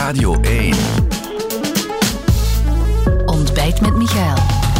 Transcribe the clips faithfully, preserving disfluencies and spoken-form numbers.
Radio één. Ontbijt met Michael.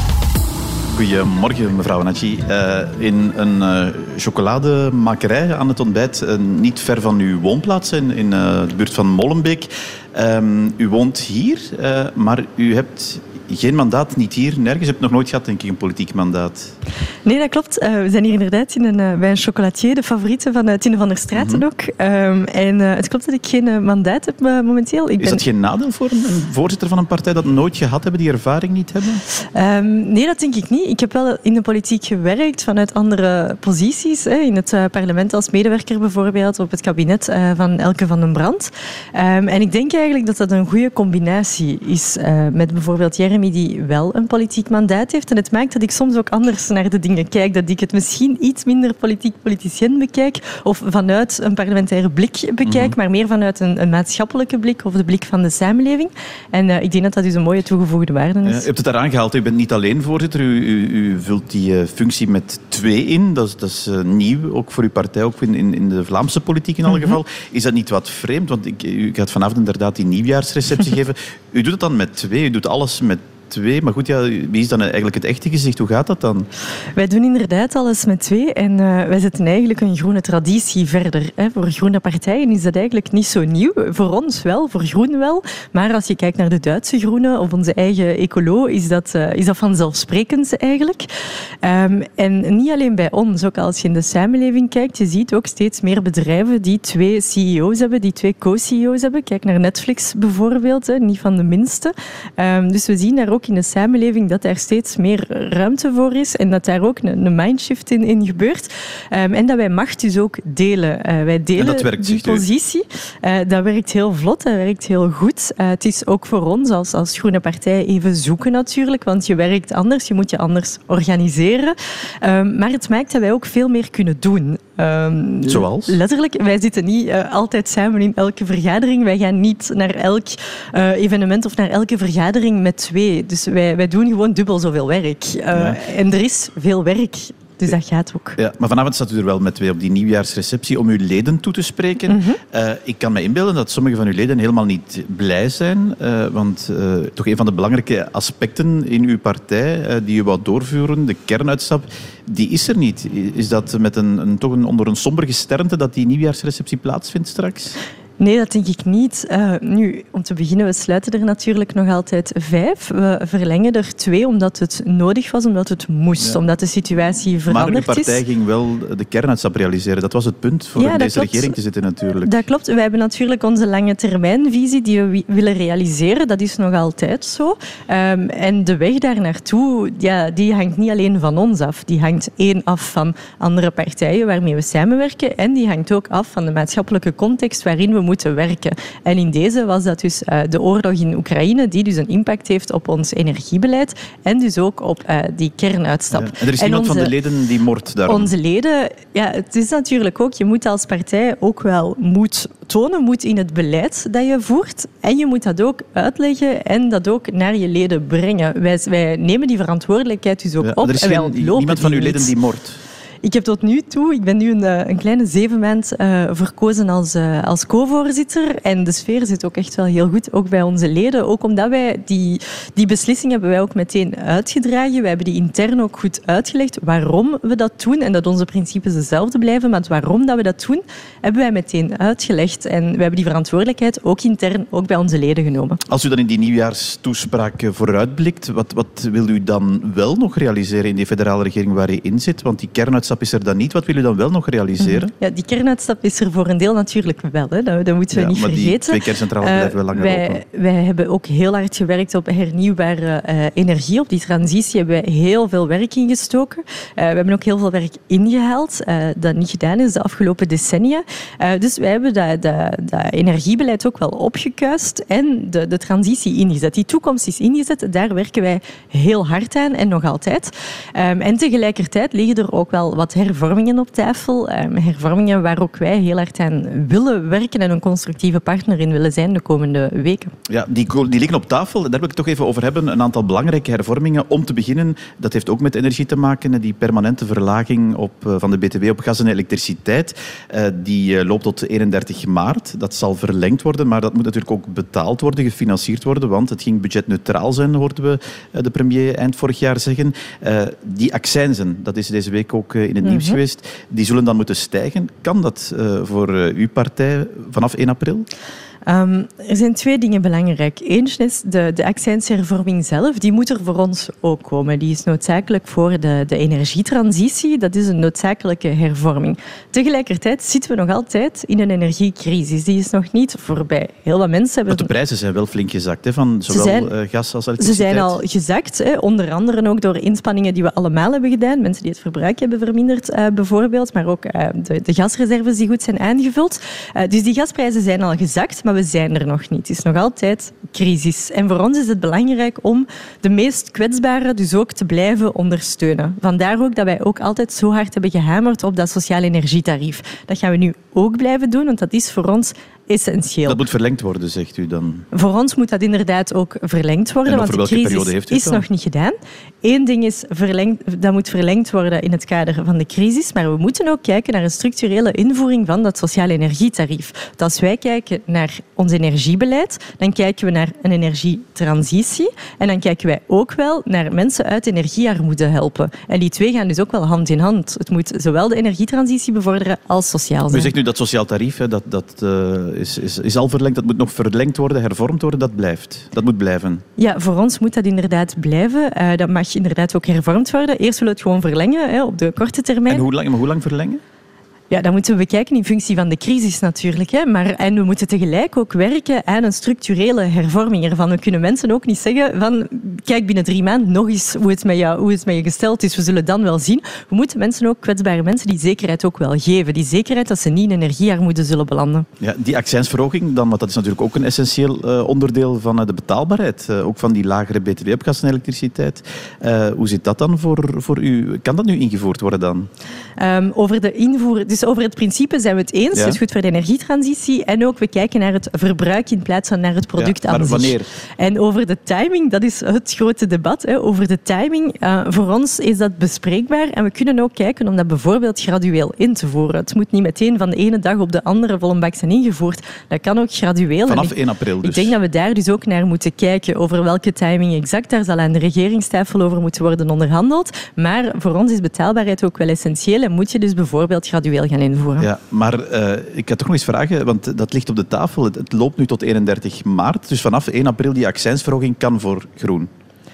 Goedemorgen, mevrouw Nachi. Uh, in een uh, chocolademakerij aan het ontbijt, uh, niet ver van uw woonplaats, in, in uh, de buurt van Molenbeek. Um, u woont hier, uh, maar u hebt geen mandaat, niet hier, nergens. U hebt nog nooit gehad, denk ik, een politiek mandaat. Nee, dat klopt. Uh, we zijn hier inderdaad in een, uh, bij een chocolatier, de favoriete van uh, Tine van der Straeten mm-hmm. ook. Um, en uh, het klopt dat ik geen uh, mandaat heb uh, momenteel. Ik Is ben... dat geen nadeel voor een, een voorzitter van een partij dat nooit gehad hebben, die ervaring niet hebben? Um, nee, dat denk ik niet. Ik heb wel in de politiek gewerkt vanuit andere posities. Hè, in het uh, parlement als medewerker bijvoorbeeld, op het kabinet uh, van Elke van den Brand. Um, en ik denk eigenlijk dat dat een goede combinatie is uh, met bijvoorbeeld Jeremy, die wel een politiek mandaat heeft. En het maakt dat ik soms ook anders naar de dingen kijk. Dat ik het misschien iets minder politiek-politicien bekijk of vanuit een parlementaire blik bekijk, mm-hmm. maar meer vanuit een, een maatschappelijke blik of de blik van de samenleving. En uh, ik denk dat dat dus een mooie toegevoegde waarde is. Ja, u hebt het eraan gehaald. U bent niet alleen voorzitter. U, u, u vult die uh, functie met twee in. Dat is, dat is uh, nieuw, ook voor uw partij, ook in, in, in de Vlaamse politiek in elk geval. Mm-hmm. Is dat niet wat vreemd? Want ik, u gaat vanavond inderdaad die nieuwjaarsreceptie geven. U doet het dan met twee. U doet alles met twee. Maar goed, ja, wie is dan eigenlijk het echte gezicht? Hoe gaat dat dan? Wij doen inderdaad alles met twee. En uh, wij zetten eigenlijk een groene traditie verder. Hè. Voor groene partijen is dat eigenlijk niet zo nieuw. Voor ons wel, voor Groen wel. Maar als je kijkt naar de Duitse groenen of onze eigen ecolo, is dat, uh, is dat vanzelfsprekend eigenlijk. Um, en niet alleen bij ons, ook als je in de samenleving kijkt, je ziet ook steeds meer bedrijven die twee C E O's hebben, die twee co-C E O's hebben. Kijk naar Netflix bijvoorbeeld, hè, niet van de minste. Um, dus we zien daar ook in de samenleving dat er steeds meer ruimte voor is en dat daar ook een, een mindshift in, in gebeurt. Um, en dat wij macht dus ook delen. Uh, wij delen dat werkt, die positie. Uh, dat werkt heel vlot, dat werkt heel goed. Uh, het is ook voor ons als, als Groene Partij even zoeken natuurlijk, want je werkt anders, je moet je anders organiseren. Um, maar het maakt dat wij ook veel meer kunnen doen. Um, Zoals? Letterlijk, wij zitten niet uh, altijd samen in elke vergadering. Wij gaan niet naar elk uh, evenement of naar elke vergadering met twee. Dus wij, wij doen gewoon dubbel zoveel werk. Uh, ja. En er is veel werk. Dus dat gaat ook. Ja, maar vanavond staat u er wel met twee op die nieuwjaarsreceptie om uw leden toe te spreken. Mm-hmm. Uh, ik kan me inbeelden dat sommige van uw leden helemaal niet blij zijn. Uh, want uh, toch een van de belangrijke aspecten in uw partij, uh, die u wou doorvoeren, de kernuitstap, die is er niet. Is dat met een, een, toch een, onder een somber gesternte dat die nieuwjaarsreceptie plaatsvindt straks? Nee, dat denk ik niet. Uh, nu, om te beginnen, we sluiten er natuurlijk nog altijd vijf. We verlengen er twee omdat het nodig was, omdat het moest, ja. omdat de situatie veranderd is. Maar uw partij is. ging wel de kernuitstap realiseren. Dat was het punt voor ja, in deze klopt. regering te zitten natuurlijk. Dat klopt. Wij hebben natuurlijk onze lange termijnvisie die we willen realiseren. Dat is nog altijd zo. Um, en de weg daar naartoe, ja, die hangt niet alleen van ons af. Die hangt één af van andere partijen waarmee we samenwerken. En die hangt ook af van de maatschappelijke context waarin we moeten werken. En in deze was dat dus uh, de oorlog in Oekraïne, die dus een impact heeft op ons energiebeleid en dus ook op uh, die kernuitstap. Ja. En er is en iemand onze, van de leden die mort daarom. Onze leden, ja, het is natuurlijk ook, je moet als partij ook wel moed tonen, moed in het beleid dat je voert. En je moet dat ook uitleggen en dat ook naar je leden brengen. Wij, wij nemen die verantwoordelijkheid dus ook ja, op. Er is en wij geen, niemand van uw leden die mort. Ik heb tot nu toe, ik ben nu een, een kleine zeven maand uh, verkozen als, uh, als co-voorzitter. En de sfeer zit ook echt wel heel goed, ook bij onze leden. Ook omdat wij die, die beslissing hebben wij ook meteen uitgedragen. Wij hebben die intern ook goed uitgelegd waarom we dat doen. En dat onze principes dezelfde blijven. Maar het waarom dat we dat doen, hebben wij meteen uitgelegd. En we hebben die verantwoordelijkheid ook intern, ook bij onze leden genomen. Als u dan in die nieuwjaarstoespraak vooruitblikt, wat, wat wil u dan wel nog realiseren in die federale regering waar u in zit? Want die kernuitstap is er dan niet. Wat wil u dan wel nog realiseren? Ja, die kernuitstap is er voor een deel natuurlijk wel. Hè. Dat, dat moeten we ja, niet maar vergeten. Die twee kerncentrales uh, blijven wel langer wij, open. Wij hebben ook heel hard gewerkt op hernieuwbare uh, energie. Op die transitie hebben wij heel veel werk ingestoken. Uh, we hebben ook heel veel werk ingehaald uh, dat niet gedaan is de afgelopen decennia. Uh, dus wij hebben dat, dat, dat energiebeleid ook wel opgekuist en de, de transitie ingezet. Die toekomst is ingezet. Daar werken wij heel hard aan en nog altijd. Um, en tegelijkertijd liggen er ook wel wel wat hervormingen op tafel. Um, hervormingen waar ook wij heel hard aan willen werken en een constructieve partner in willen zijn de komende weken. Ja, die, die liggen op tafel. Daar wil ik het toch even over hebben. Een aantal belangrijke hervormingen. Om te beginnen, dat heeft ook met energie te maken. Die permanente verlaging op, van de B T W op gas en elektriciteit. Uh, die uh, loopt tot eenendertig maart. Dat zal verlengd worden, maar dat moet natuurlijk ook betaald worden, gefinancierd worden, want het ging budgetneutraal zijn, hoorden we uh, de premier eind vorig jaar zeggen. Uh, die accijnzen, dat is deze week ook uh, in het mm-hmm. nieuws geweest, die zullen dan moeten stijgen. Kan dat uh, voor uh, uw partij vanaf één april? Um, er zijn twee dingen belangrijk. Eén is de, de accijnshervorming zelf. Die moet er voor ons ook komen. Die is noodzakelijk voor de, de energietransitie. Dat is een noodzakelijke hervorming. Tegelijkertijd zitten we nog altijd in een energiecrisis. Die is nog niet voorbij. Heel wat mensen hebben... Want de prijzen zijn wel flink gezakt, hè, van zowel zijn, gas als elektriciteit. Ze zijn al gezakt, hè, onder andere ook door inspanningen die we allemaal hebben gedaan. Mensen die het verbruik hebben verminderd, uh, bijvoorbeeld. Maar ook uh, de, de gasreserves die goed zijn aangevuld. Uh, dus die gasprijzen zijn al gezakt, maar we zijn er nog niet. Het is nog altijd crisis. En voor ons is het belangrijk om de meest kwetsbaren dus ook te blijven ondersteunen. Vandaar ook dat wij ook altijd zo hard hebben gehamerd op dat sociaal energietarief. Dat gaan we nu ook blijven doen, want dat is voor ons essentieel. Dat moet verlengd worden, zegt u dan? Voor ons moet dat inderdaad ook verlengd worden, want de crisis is nog niet gedaan. Eén ding is, verlengd, dat moet verlengd worden in het kader van de crisis, maar we moeten ook kijken naar een structurele invoering van dat sociaal energietarief. Want als wij kijken naar ons energiebeleid, dan kijken we naar een energietransitie en dan kijken wij ook wel naar mensen uit energiearmoede helpen. En die twee gaan dus ook wel hand in hand. Het moet zowel de energietransitie bevorderen als sociaal zijn. U zegt nu dat sociaal tarief, hè, dat... dat uh... Is, is, is al verlengd, dat moet nog verlengd worden, hervormd worden, dat blijft. Dat moet blijven. Ja, voor ons moet dat inderdaad blijven. Uh, dat mag inderdaad ook hervormd worden. Eerst willen we het gewoon verlengen, hè, op de korte termijn. En hoe lang, maar hoe lang verlengen? Ja, dat moeten we bekijken in functie van de crisis natuurlijk. Hè. Maar, en we moeten tegelijk ook werken aan een structurele hervorming ervan. We kunnen mensen ook niet zeggen van kijk binnen drie maanden nog eens hoe het met jou, hoe het met je gesteld is. We zullen dan wel zien. We moeten mensen ook, kwetsbare mensen, die zekerheid ook wel geven. Die zekerheid dat ze niet in energiearmoede zullen belanden. Ja, die accijnsverhoging, dan, want dat is natuurlijk ook een essentieel uh, onderdeel van uh, de betaalbaarheid. Uh, ook van die lagere B T W op gas en elektriciteit. Uh, hoe zit dat dan voor, voor u? Kan dat nu ingevoerd worden dan? Um, over de invoer... Dus over het principe zijn we het eens. Het ja. is goed voor de energietransitie. En ook, we kijken naar het verbruik in plaats van naar het product ja, maar aan zich. Wanneer? En over de timing, dat is het grote debat. Hè. Over de timing, uh, voor ons is dat bespreekbaar. En we kunnen ook kijken om dat bijvoorbeeld gradueel in te voeren. Het moet niet meteen van de ene dag op de andere vol een bak zijn ingevoerd. Dat kan ook gradueel. Vanaf één april dus. Ik denk dat we daar dus ook naar moeten kijken. Over welke timing exact. Daar zal aan de regeringstafel over moeten worden onderhandeld. Maar voor ons is betaalbaarheid ook wel essentieel. En moet je dus bijvoorbeeld gradueel gaan invoeren. Ja, maar uh, ik had toch nog eens vragen, want dat ligt op de tafel. Het, het loopt nu tot eenendertig maart, dus vanaf één april die accijnsverhoging kan voor groen.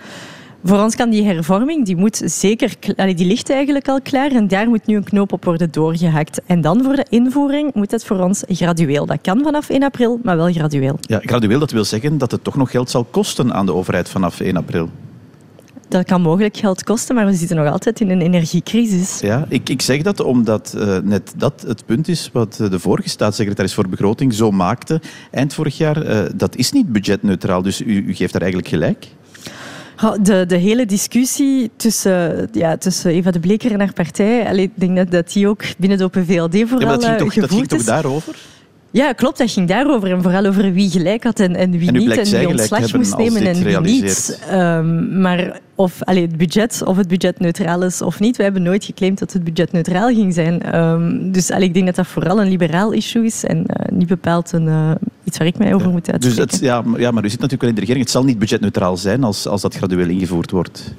Voor ons kan die hervorming, die moet zeker, die ligt eigenlijk al klaar en daar moet nu een knoop op worden doorgehakt. En dan voor de invoering moet het voor ons gradueel. Dat kan vanaf één april, maar wel gradueel. Ja, gradueel, dat wil zeggen dat het toch nog geld zal kosten aan de overheid vanaf één april. Dat kan mogelijk geld kosten, maar we zitten nog altijd in een energiecrisis. Ja, ik, ik zeg dat omdat uh, net dat het punt is wat de vorige staatssecretaris voor begroting zo maakte eind vorig jaar. Uh, dat is niet budgetneutraal, dus u, u geeft daar eigenlijk gelijk. De, de hele discussie tussen, ja, tussen Eva de Bleker en haar partij, allee, ik denk dat, dat die ook binnen de O P V L D vooral ja, dat ging toch, gevoerd dat ging toch is. daarover? Ja, klopt. Dat ging daarover. En vooral over wie gelijk had en, en wie en niet. En wie ontslag moest nemen en wie niet. Um, maar of allee, het budget, of het budget neutraal is of niet. We hebben nooit geclaimd dat het budget neutraal ging zijn. Um, dus allee, ik denk dat dat vooral een liberaal issue is en uh, niet bepaald een, uh, iets waar ik mij over moet uitspreken. Dus het, ja, ja, maar u zit natuurlijk wel in de regering. Het zal niet budgetneutraal zijn als, als dat gradueel ingevoerd wordt.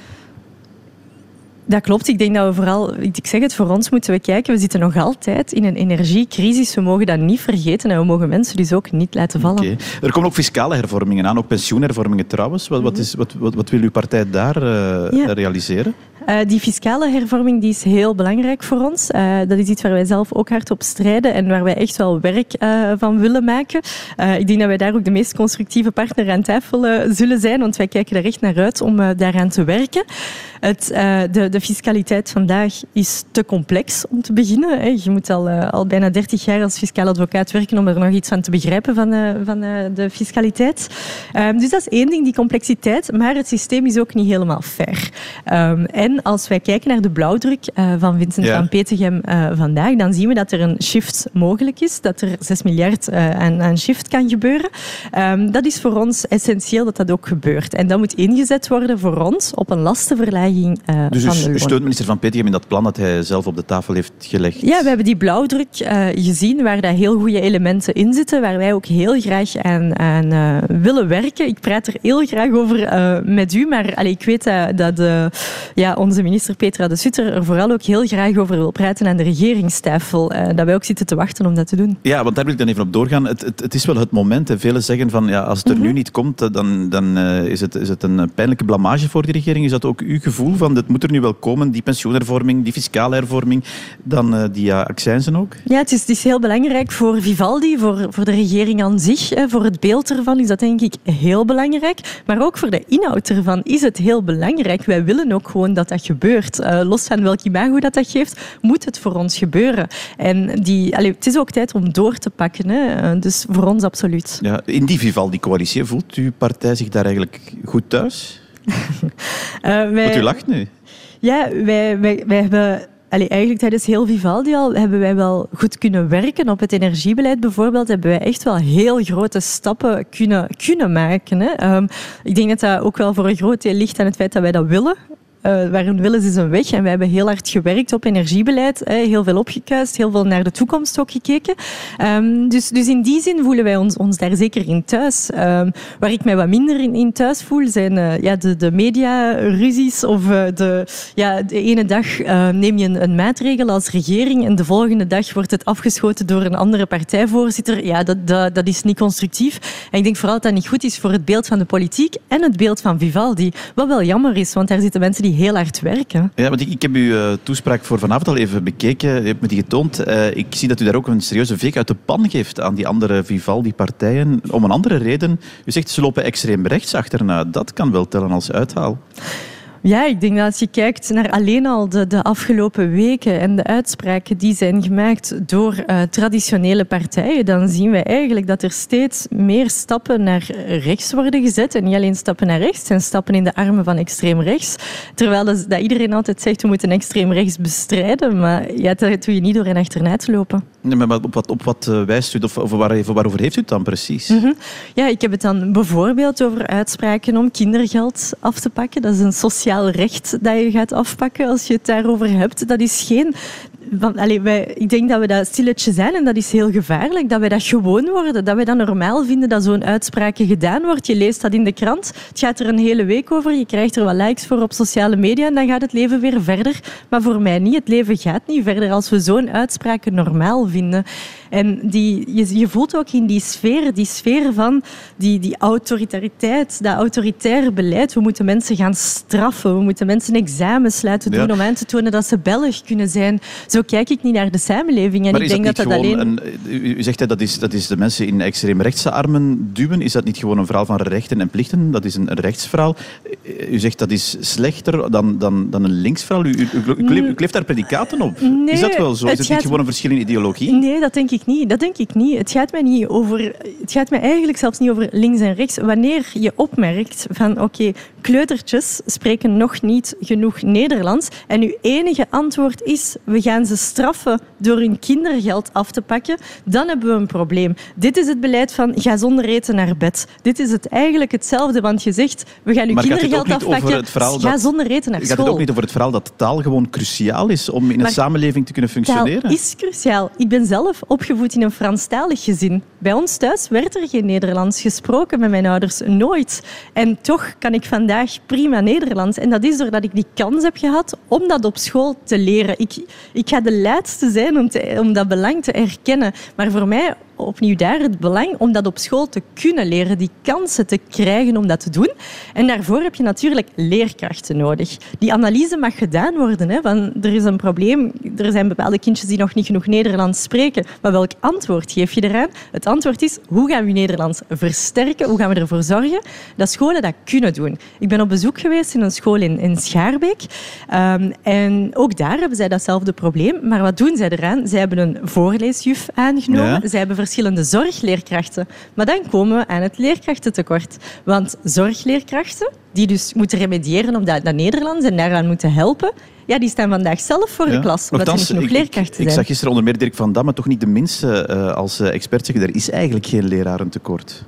Dat klopt. Ik denk dat we vooral, ik zeg het, voor ons moeten we kijken. We zitten nog altijd in een energiecrisis. We mogen dat niet vergeten en we mogen mensen dus ook niet laten vallen. Okay. Er komen ook fiscale hervormingen aan, ook pensioenhervormingen trouwens. Wat, wat, is, wat, wat, wat wil uw partij daar uh, ja. realiseren? Uh, die fiscale hervorming die is heel belangrijk voor ons. Uh, dat is iets waar wij zelf ook hard op strijden en waar wij echt wel werk uh, van willen maken. Uh, ik denk dat wij daar ook de meest constructieve partner aan tafel uh, zullen zijn, want wij kijken er echt naar uit om uh, daaraan te werken. Het, uh, de, de fiscaliteit vandaag is te complex om te beginnen. Hè. Je moet al, uh, al bijna dertig jaar als fiscaal advocaat werken om er nog iets van te begrijpen van, uh, van uh, de fiscaliteit. Um, dus dat is één ding, die complexiteit, maar het systeem is ook niet helemaal fair. Um, en En als wij kijken naar de blauwdruk uh, van Vincent ja. van Petegem uh, vandaag, dan zien we dat er een shift mogelijk is, dat er zes miljard uh, aan, aan shift kan gebeuren. Um, dat is voor ons essentieel dat dat ook gebeurt. En dat moet ingezet worden voor ons op een lastenverlaging uh, dus van de loon. Dus u steunt minister van Petegem in dat plan dat hij zelf op de tafel heeft gelegd? Ja, we hebben die blauwdruk uh, gezien waar daar heel goede elementen in zitten, waar wij ook heel graag aan, aan uh, willen werken. Ik praat er heel graag over uh, met u, maar allee, ik weet uh, dat uh, ja, onze minister Petra de Sutter er vooral ook heel graag over wil praten aan de regeringstafel. Uh, dat wij ook zitten te wachten om dat te doen. Ja, want daar wil ik dan even op doorgaan. Het, het, het is wel het moment. Hè. Velen zeggen van, ja, als het er mm-hmm. nu niet komt, dan, dan uh, is, het, is het een pijnlijke blamage voor die regering. Is dat ook uw gevoel van, dit moet er nu wel komen, die pensioenhervorming, die fiscale hervorming, dan uh, die uh, accijnzen ook? Ja, het is, het is heel belangrijk voor Vivaldi, voor, voor de regering aan zich. Hè, voor het beeld ervan is dat denk ik heel belangrijk. Maar ook voor de inhoud ervan is het heel belangrijk. Wij willen ook gewoon dat dat gebeurt. Uh, los van welk imago dat dat geeft, moet het voor ons gebeuren. En die, allee, het is ook tijd om door te pakken. Hè. Uh, dus voor ons absoluut. Ja, in die Vivaldi-coalitie, voelt uw partij zich daar eigenlijk goed thuis? uh, wij, Want u lacht nu. Ja, wij, wij, wij hebben... Allee, eigenlijk tijdens heel Vivaldi al hebben wij wel goed kunnen werken. Op het energiebeleid bijvoorbeeld hebben wij echt wel heel grote stappen kunnen, kunnen maken. Hè. Um, ik denk dat dat ook wel voor een groot deel ligt aan het feit dat wij dat willen. Uh, waar een wil is, is een weg. En wij hebben heel hard gewerkt op energiebeleid. Hè, heel veel opgekuist, heel veel naar de toekomst ook gekeken. Um, dus, dus in die zin voelen wij ons, ons daar zeker in thuis. Um, waar ik mij wat minder in, in thuis voel, zijn uh, ja, de, de media-ruzies. Of uh, de, ja, de ene dag uh, neem je een, een maatregel als regering en de volgende dag wordt het afgeschoten door een andere partijvoorzitter. Ja, dat, dat, dat is niet constructief. En ik denk vooral dat dat niet goed is voor het beeld van de politiek en het beeld van Vivaldi. Wat wel jammer is, want daar zitten mensen die heel hard werken. Ja, want ik, ik heb uw uh, toespraak voor vanavond al even bekeken. U hebt me die getoond. Uh, ik zie dat u daar ook een serieuze veeg uit de pan geeft aan die andere Vivaldi-partijen. Om een andere reden. U zegt, ze lopen extreem rechts achterna. Dat kan wel tellen als uithaal. Ja, ik denk dat als je kijkt naar alleen al de, de afgelopen weken en de uitspraken die zijn gemaakt door uh, traditionele partijen, dan zien we eigenlijk dat er steeds meer stappen naar rechts worden gezet. En niet alleen stappen naar rechts, het zijn stappen in de armen van extreem rechts. Terwijl dat, dat iedereen altijd zegt, we moeten extreem rechts bestrijden. Maar ja, dat doe je niet door hen achterna te lopen. Nee, maar op wat, op wat wijst u, of over waar, waarover heeft u het dan precies? Mm-hmm. Ja, ik heb het dan bijvoorbeeld over uitspraken om kindergeld af te pakken. Dat is een sociaal recht dat je gaat afpakken als je het daarover hebt. Dat is geen... Van, allez, wij, ik denk dat we dat stilletje zijn en dat is heel gevaarlijk. Dat wij dat gewoon worden. Dat wij dat normaal vinden dat zo'n uitspraken gedaan wordt. Je leest dat in de krant. Het gaat er een hele week over. Je krijgt er wat likes voor op sociale media en dan gaat het leven weer verder. Maar voor mij niet. Het leven gaat niet verder als we zo'n uitspraken normaal vinden. En die, je, je voelt ook in die sfeer, die sfeer van die, die autoritariteit, dat autoritaire beleid. We moeten mensen gaan straffen. We moeten mensen examens laten doen ja. om aan te tonen dat ze Belg kunnen zijn. Zo kijk ik niet naar de samenleving. En maar ik is denk dat, dat, dat alleen... alleen... Een, u zegt dat, dat, is, dat is de mensen in extreemrechtse armen duwen. Is dat niet gewoon een verhaal van rechten en plichten? Dat is een, een rechtsverhaal. U zegt dat is slechter dan, dan, dan een linksverhaal. U, u, u, u, u kleeft daar predicaten op. Nee, is dat wel zo? Is het, het gaat... niet gewoon een verschil in ideologie? Nee, dat denk ik niet. Dat denk ik niet. Het gaat mij niet over... Het gaat mij eigenlijk zelfs niet over links en rechts. Wanneer je opmerkt van oké, okay, kleutertjes spreken nog niet genoeg Nederlands en uw enige antwoord is we gaan ze straffen door hun kindergeld af te pakken, dan hebben we een probleem. Dit is het beleid van ga zonder eten naar bed. Dit is het eigenlijk hetzelfde, want je zegt we gaan uw maar kindergeld afpakken, ga dat, zonder eten naar gaat school. Gaat het ook niet over het verhaal dat taal gewoon cruciaal is om in maar een samenleving te kunnen functioneren? Taal is cruciaal. Ik ben zelf opgevoed in een Franstalig gezin. Bij ons thuis werd er geen Nederlands gesproken met mijn ouders, nooit. En toch kan ik vandaag prima Nederlands. En dat is doordat ik die kans heb gehad om dat op school te leren. Ik, ik ga de laatste zijn om, te, om dat belang te erkennen. Maar voor mij opnieuw daar het belang om dat op school te kunnen leren, die kansen te krijgen om dat te doen. En daarvoor heb je natuurlijk leerkrachten nodig. Die analyse mag gedaan worden. Hè, van, er is een probleem, er zijn bepaalde kindjes die nog niet genoeg Nederlands spreken. Maar welk antwoord geef je eraan? Het antwoord is, hoe gaan we Nederlands versterken? Hoe gaan we ervoor zorgen dat scholen dat kunnen doen? Ik ben op bezoek geweest in een school in, in Schaarbeek. Um, en ook daar hebben zij datzelfde probleem. Maar wat doen zij eraan? Zij hebben een voorleesjuf aangenomen. Ja. Zij hebben verschillende zorgleerkrachten. Maar dan komen we aan het leerkrachtentekort. Want zorgleerkrachten, die dus moeten remediëren op dat, dat Nederlands en daaraan moeten helpen, ja, die staan vandaag zelf voor de Ja. klas, omdat Nochtans, er niet genoeg ik- leerkrachten ik, ik zijn. zag gisteren onder meer Dirk van Damme, toch niet de minste uh, als uh, expert zeggen, er is eigenlijk geen lerarentekort.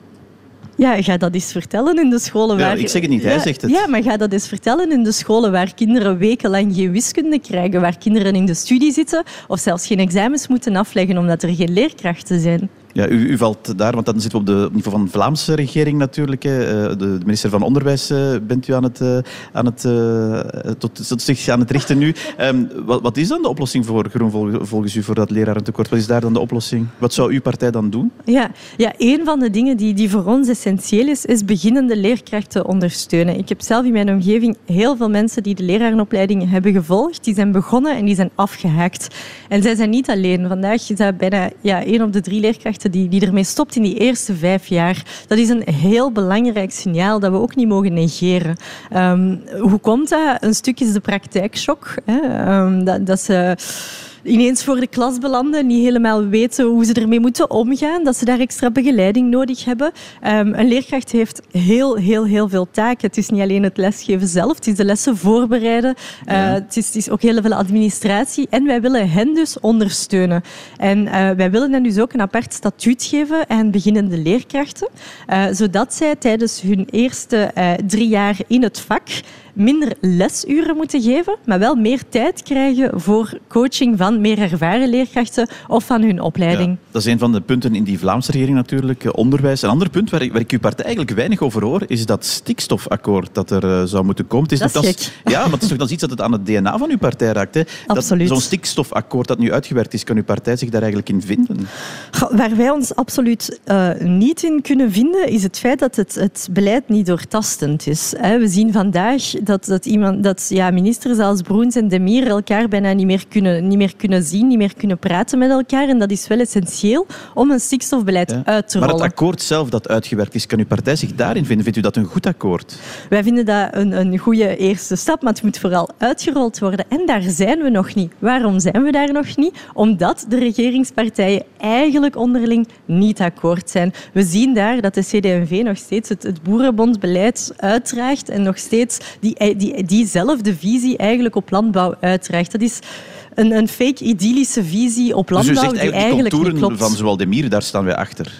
Ja, ga dat eens vertellen in de scholen Ja, waar... ik zeg het niet, hij ja, zegt het. Ja, maar ga dat eens vertellen in de scholen waar kinderen wekenlang geen wiskunde krijgen, waar kinderen in de studie zitten of zelfs geen examens moeten afleggen omdat er geen leerkrachten zijn. Ja, u, u valt daar, want dan zitten we op, de, op het niveau van de Vlaamse regering natuurlijk. Hè. De, de minister van Onderwijs uh, bent u aan het, uh, aan het, uh, tot, tot zich aan het richten nu. Um, wat, wat is dan de oplossing voor Groen volgens u voor dat lerarentekort? Wat is daar dan de oplossing? Wat zou uw partij dan doen? Ja, ja een van de dingen die, die voor ons essentieel is, is beginnende leerkrachten ondersteunen. Ik heb zelf in mijn omgeving heel veel mensen die de lerarenopleiding hebben gevolgd. Die zijn begonnen en die zijn afgehaakt. En zij zijn niet alleen. Vandaag is dat bijna ja, één op de drie leerkrachten Die, die ermee stopt in die eerste vijf jaar. Dat is een heel belangrijk signaal dat we ook niet mogen negeren. Um, hoe komt dat? Een stuk is de praktijkshock. Hè? Um, dat, dat ze ineens voor de klas belanden, niet helemaal weten hoe ze ermee moeten omgaan, dat ze daar extra begeleiding nodig hebben. Um, een leerkracht heeft heel, heel, heel veel taken. Het is niet alleen het lesgeven zelf, het is de lessen voorbereiden, uh, ja. het, is, het is ook heel veel administratie en wij willen hen dus ondersteunen. En uh, wij willen hen dus ook een apart statuut geven aan beginnende leerkrachten, uh, zodat zij tijdens hun eerste uh, drie jaar in het vak minder lesuren moeten geven, maar wel meer tijd krijgen voor coaching van meer ervaren leerkrachten of van hun opleiding. Ja, dat is een van de punten in die Vlaamse regering natuurlijk, onderwijs. Een ander punt waar ik, waar ik uw partij eigenlijk weinig over hoor, is dat stikstofakkoord dat er uh, zou moeten komen. Het is dat toch is dan, gek. Ja, maar het is toch dan iets dat het aan het D N A van uw partij raakt. Hè? Absoluut. Dat, zo'n stikstofakkoord dat nu uitgewerkt is, kan uw partij zich daar eigenlijk in vinden? Goh, waar wij ons absoluut uh, niet in kunnen vinden, is het feit dat het, het beleid niet doortastend is. Hè. We zien vandaag dat, dat, iemand, dat ja, ministers als Broens en De Mier elkaar bijna niet meer, kunnen, niet meer kunnen zien, niet meer kunnen praten met elkaar. En dat is wel essentieel om een stikstofbeleid Ja. uit te maar rollen. het akkoord zelf dat uitgewerkt is, kan uw partij zich daarin vinden? Vindt u dat een goed akkoord? Wij vinden dat een, een goede eerste stap, maar het moet vooral uitgerold worden. En daar zijn we nog niet. Waarom zijn we daar nog niet? Omdat de regeringspartijen eigenlijk onderling niet akkoord zijn. We zien daar dat de C D en V nog steeds het, het boerenbondbeleid uitdraagt en nog steeds die, die, diezelfde visie eigenlijk op landbouw uitdraagt. Dat is een, een fake idyllische visie op landbouw dus u zegt die eigenlijk eigenlijk de niet contouren klopt. van zowel De Mier, daar staan wij achter.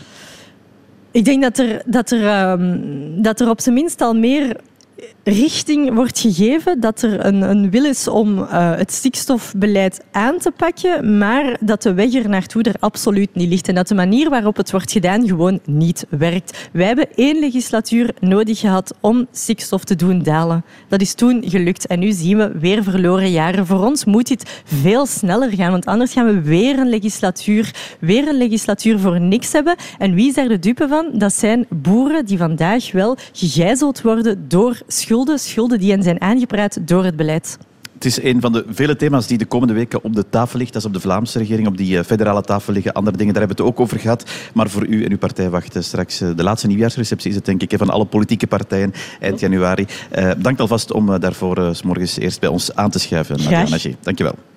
Ik denk dat er, dat er, um, dat er op zijn minst al meer richting wordt gegeven, dat er een, een wil is om uh, het stikstofbeleid aan te pakken, maar dat de weg er naartoe er absoluut niet ligt en dat de manier waarop het wordt gedaan gewoon niet werkt. Wij hebben één legislatuur nodig gehad om stikstof te doen dalen. Dat is toen gelukt en nu zien we weer verloren jaren. Voor ons moet dit veel sneller gaan, want anders gaan we weer een legislatuur, weer een legislatuur voor niks hebben. En wie is daar de dupe van? Dat zijn boeren die vandaag wel gegijzeld worden door schulden, schulden die hen zijn aangepraat door het beleid. Het is een van de vele thema's die de komende weken op de tafel ligt. Dat is op de Vlaamse regering, op die federale tafel liggen. Andere dingen, daar hebben we het ook over gehad. Maar voor u en uw partij wacht straks de laatste nieuwjaarsreceptie, is het denk ik, van alle politieke partijen eind januari. Uh, dank alvast om daarvoor uh, 's morgens eerst bij ons aan te schuiven. Nadia Nagy. Dank je wel.